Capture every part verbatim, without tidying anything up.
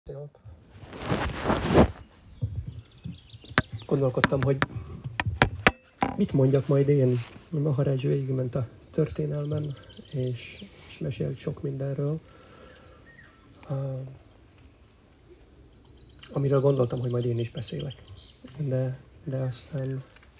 Jót. Gondolkodtam, hogy mit mondjak majd én. Maharaj végigment a történelmen, és, és mesélt sok mindenről, uh, amiről gondoltam, hogy majd én is beszélek. De, de aztán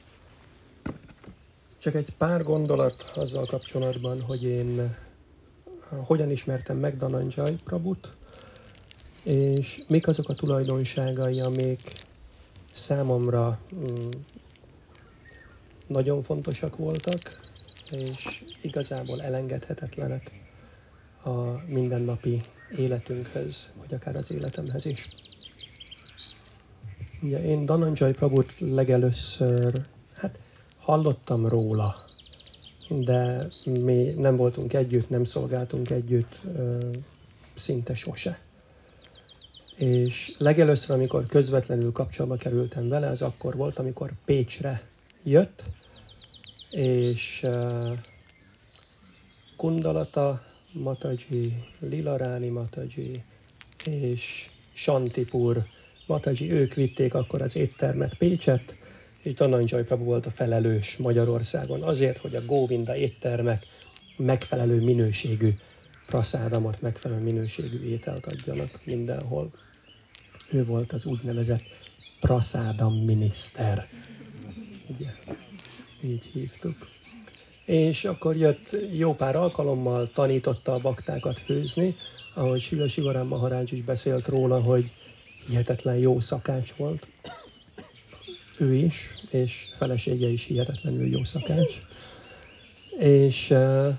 csak egy pár gondolat azzal kapcsolatban, hogy én uh, hogyan ismertem meg Dhananjay Prabhut, és mik azok a tulajdonságai, amik számomra um, nagyon fontosak voltak, és igazából elengedhetetlenek a mindennapi életünkhöz, vagy akár az életemhez is. Ugye én Dhananjay Prabhut legelőször, hát hallottam róla, de mi nem voltunk együtt, nem szolgáltunk együtt szinte sose. És legelőször, amikor közvetlenül kapcsolatba kerültem vele, az akkor volt, amikor Pécsre jött, és uh, Kundalata Mataji, Lilarani Mataji és Shantipur Mataji, ők vitték akkor az éttermet Pécset, és Dhananjay Prabhu volt a felelős Magyarországon azért, hogy a Góvinda éttermek megfelelő minőségű praszádamot, megfelelő minőségű ételt adjanak mindenhol. Ő volt az úgynevezett praszádam miniszter. Ugye, így hívtuk. És akkor jött jó pár alkalommal, tanította a baktákat főzni, ahogy Srila Sivaram Maharaj is beszélt róla, hogy hihetetlen jó szakács volt. Ő is, és felesége is hihetetlenül jó szakács. És,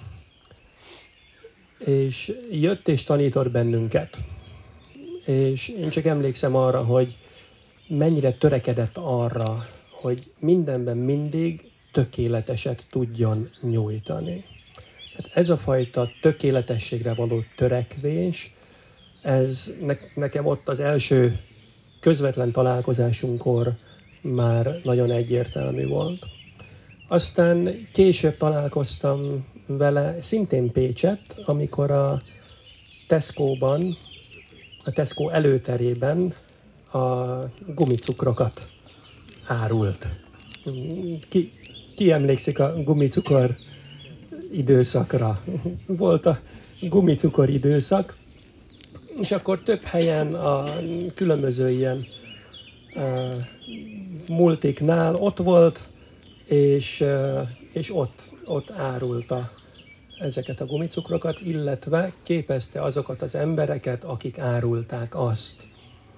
és jött és tanított bennünket. És én csak emlékszem arra, hogy mennyire törekedett arra, hogy mindenben mindig tökéleteset tudjon nyújtani. Hát ez a fajta tökéletességre való törekvés, ez ne, nekem ott az első közvetlen találkozásunkkor már nagyon egyértelmű volt. Aztán később találkoztam vele szintén Pécsett, amikor a Tesco-ban, a Tesco előterében a gumicukrokat árult. Ki, ki emlékszik a gumicukor időszakra? Volt a gumicukor időszak, és akkor több helyen a különböző ilyen uh, multiknál ott volt, és, uh, és ott, ott árulta ezeket a gumicukrokat, illetve képezte azokat az embereket, akik árulták azt.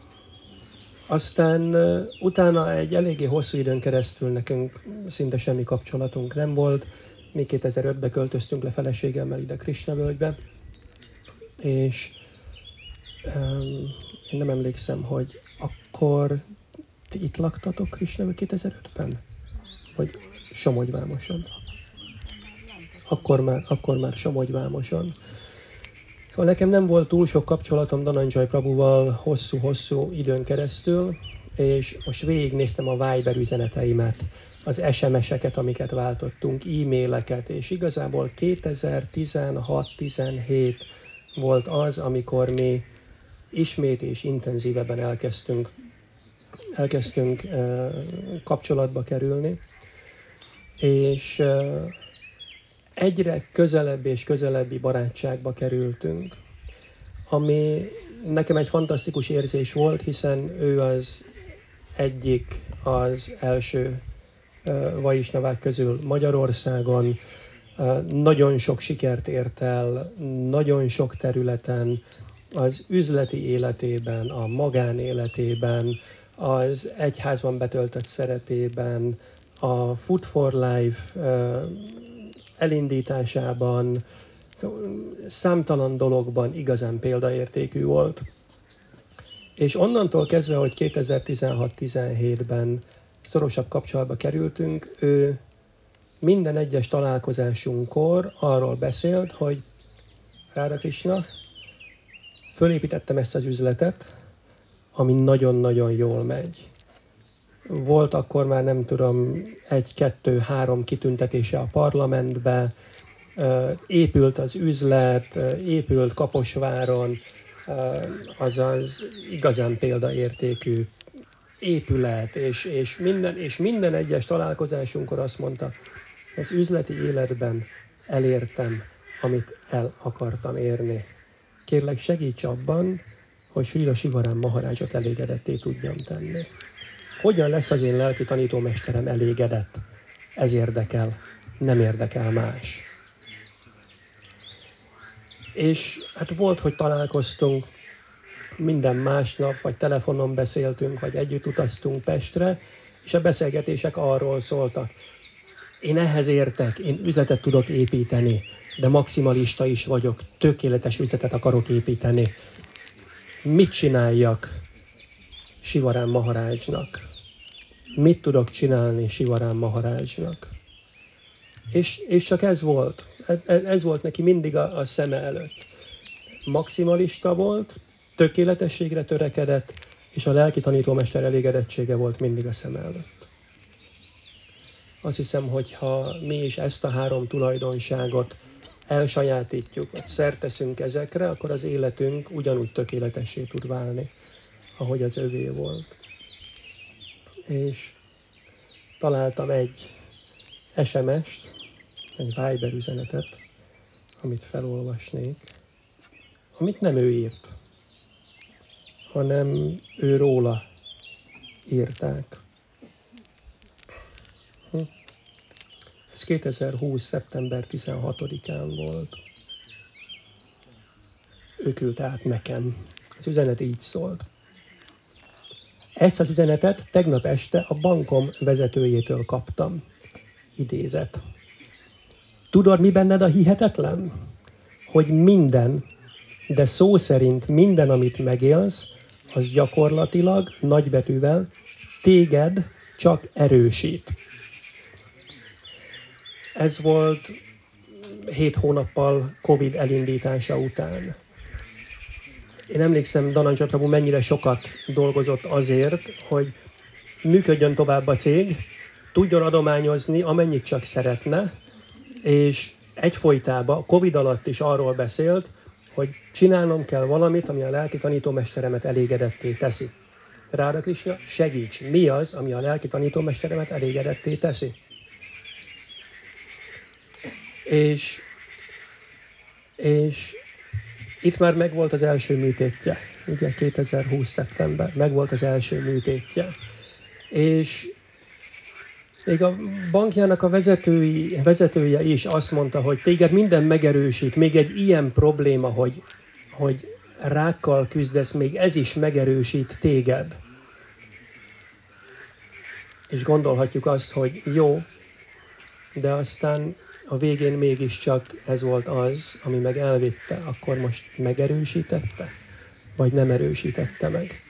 Aztán uh, utána egy eléggé hosszú időn keresztül nekünk szinte semmi kapcsolatunk nem volt. Mi kétezer-ötben költöztünk le feleségemmel ide Krisnavölgybe, és um, én nem emlékszem, hogy akkor ti itt laktatok Krisnavölgy kétezer-ötben? Vagy Somogyvámoson? Akkor már, akkor már Somogyvámoson. Szóval nekem nem volt túl sok kapcsolatom Dhananjay Prabhuval hosszú-hosszú időn keresztül, és most végignéztem a Viber üzeneteimet, az es em es-eket, amiket váltottunk, e-maileket, és igazából kétezer-tizenhat-tizenhét volt az, amikor mi ismét és intenzívebben elkezdtünk, elkezdtünk uh, kapcsolatba kerülni, és uh, egyre közelebb és közelebbi barátságba kerültünk, ami nekem egy fantasztikus érzés volt, hiszen ő az egyik az első uh, vaisnavák közül Magyarországon, uh, nagyon sok sikert ért el, nagyon sok területen, az üzleti életében, a magánéletében, az egyházban betöltött szerepében, a Food for Life uh, elindításában, számtalan dologban igazán példaértékű volt. És onnantól kezdve, hogy kétezer-tizenhat-tizenhétben szorosabb kapcsolatba kerültünk, ő minden egyes találkozásunkkor arról beszélt, hogy Ráda Krishna, fölépítettem ezt az üzletet, ami nagyon-nagyon jól megy. Volt akkor már nem tudom, egy, kettő, három kitüntetése a parlamentbe, épült az üzlet, épült Kaposváron, azaz igazán példaértékű épület, és, és, minden, és minden egyes találkozásunkkor azt mondta, az üzleti életben elértem, amit el akartam érni. Kérlek, segíts abban, hogy Srila Sivarám Maharajot elégedetté tudjam tenni. Hogyan lesz az én lelki tanítómesterem elégedett? Ez érdekel, nem érdekel más. És hát volt, hogy találkoztunk minden másnap, vagy telefonon beszéltünk, vagy együtt utaztunk Pestre, és a beszélgetések arról szóltak. Én ehhez értek, én üzletet tudok építeni, de maximalista is vagyok, tökéletes üzletet akarok építeni. Mit csináljak Sivarám Maharajnak? Mit tudok csinálni Sivarám Maharajnak? És, és csak ez volt. Ez, ez volt neki mindig a, a szeme előtt. Maximalista volt, tökéletességre törekedett, és a lelki tanítómester elégedettsége volt mindig a szeme előtt. Azt hiszem, hogy ha mi is ezt a három tulajdonságot elsajátítjuk, vagy szerteszünk ezekre, akkor az életünk ugyanúgy tökéletessé tud válni, ahogy az övé volt. És találtam egy es em est, egy Viber üzenetet, amit felolvasnék, amit nem ő írt, hanem ő róla írták. Hm. Ez kétezer-húsz. szeptember tizenhatodikán volt. Ő küldte át nekem. Az üzenet így szólt. Ezt az üzenetet tegnap este a bankom vezetőjétől kaptam. Idézet. Tudod, mi benned a hihetetlen? Hogy minden, de szó szerint minden, amit megélsz, az gyakorlatilag nagybetűvel téged csak erősít. Ez volt hét hónappal Covid elindítása után. Én emlékszem, Dhananjay Prabhu mennyire sokat dolgozott azért, hogy működjön tovább a cég, tudjon adományozni, amennyit csak szeretne, és egyfolytában Covid alatt is arról beszélt, hogy csinálnom kell valamit, ami a lelki tanítómesteremet elégedetté teszi. Ráda Krishna, segíts! Mi az, ami a lelki tanítómesteremet elégedetté teszi? És, és itt már megvolt az első műtétje, ugye kétezer-húsz. szeptember, megvolt az első műtétje. És még a bankjának a vezetői, vezetője is azt mondta, hogy téged minden megerősít, még egy ilyen probléma, hogy, hogy rákkal küzdesz, még ez is megerősít téged. És gondolhatjuk azt, hogy jó, de aztán a végén mégiscsak ez volt az, ami meg elvitte, akkor most megerősítette, vagy nem erősítette meg.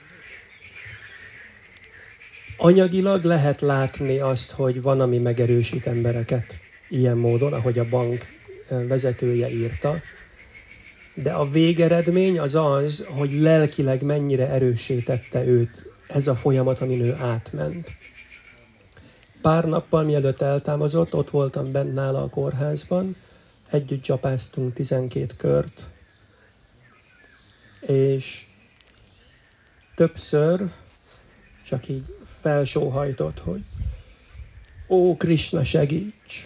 Anyagilag lehet látni azt, hogy van, ami megerősít embereket ilyen módon, ahogy a bank vezetője írta, de a végeredmény az az, hogy lelkileg mennyire erősítette őt ez a folyamat, amin ő átment. Pár nappal mielőtt eltávozott, ott voltam bent nála a kórházban, együtt csapáztunk tizenkét kört, és többször csak így felsóhajtott, hogy ó, Krishna, segíts!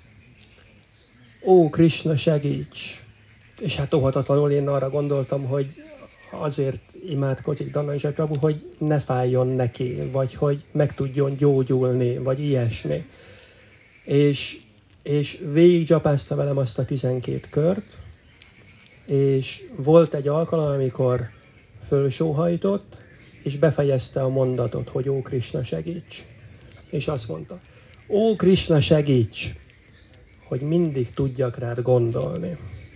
Ó, Krishna, segíts! És hát óhatatlanul én arra gondoltam, hogy azért imádkozik Dhananjay Prabhu, hogy ne fájjon neki, vagy hogy meg tudjon gyógyulni, vagy ilyesmi. És, és végig csapázta velem azt a tizenkét kört, és volt egy alkalom, amikor fölsóhajtott, és befejezte a mondatot, hogy ó, Krishna, segíts! És azt mondta, ó, Krishna, segíts! Hogy mindig tudjak rád gondolni.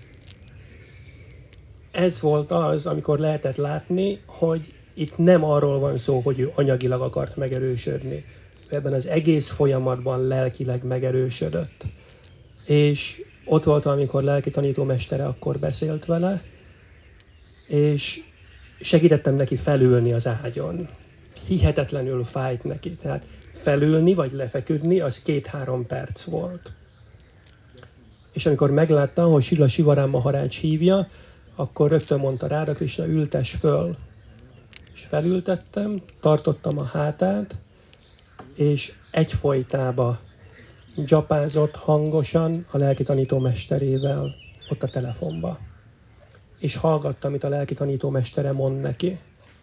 Ez volt az, amikor lehetett látni, hogy itt nem arról van szó, hogy ő anyagilag akart megerősödni. Ebben az egész folyamatban lelkileg megerősödött. És ott volt, amikor lelki tanítómestere akkor beszélt vele, és segítettem neki felülni az ágyon. Hihetetlenül fájt neki. Tehát felülni vagy lefeküdni, az két-három perc volt. És amikor meglátta, hogy Srila Sivarám Maharaj hívja, akkor rögtön mondta Ráda Krisna, ültess föl. És felültettem, tartottam a hátát, és egyfolytába dzsapázott hangosan a lelkitanító mesterével ott a telefonba. És hallgatta, amit a lelkitanító mestere mond neki.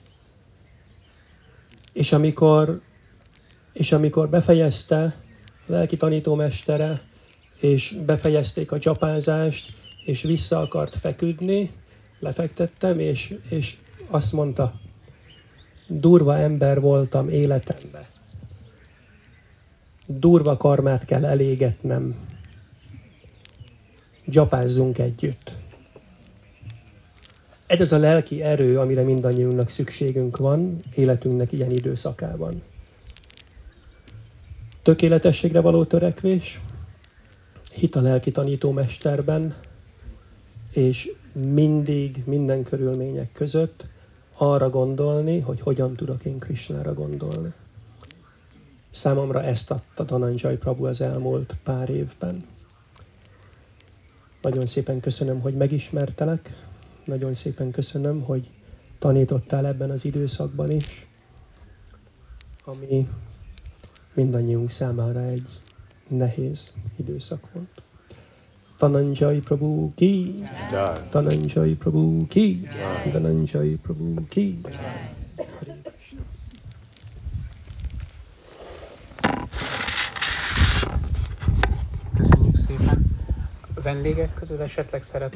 És amikor, és amikor befejezte a lelkitanító mestere, és befejezték a dzsapázást, és vissza akart feküdni, lefektettem, és, és azt mondta, durva ember voltam életemben. Durva karmát kell elégetnem. Dzsapázzunk együtt. Ez az a lelki erő, amire mindannyiunknak szükségünk van életünknek ilyen időszakában. Tökéletességre való törekvés, hit a lelki tanítómesterben, és mindig, minden körülmények között arra gondolni, hogy hogyan tudok én Krisnára gondolni. Számomra ezt adta Dhananjay Prabhu az elmúlt pár évben. Nagyon szépen köszönöm, hogy megismertelek. Nagyon szépen köszönöm, hogy tanítottál ebben az időszakban is, ami mindannyiunk számára egy nehéz időszak volt. Dhananjay Prabhu ki! Dhananjay Prabhu ki! Dhananjay Prabhu ki! Köszönjük szépen! A vendégek közül esetleg szeret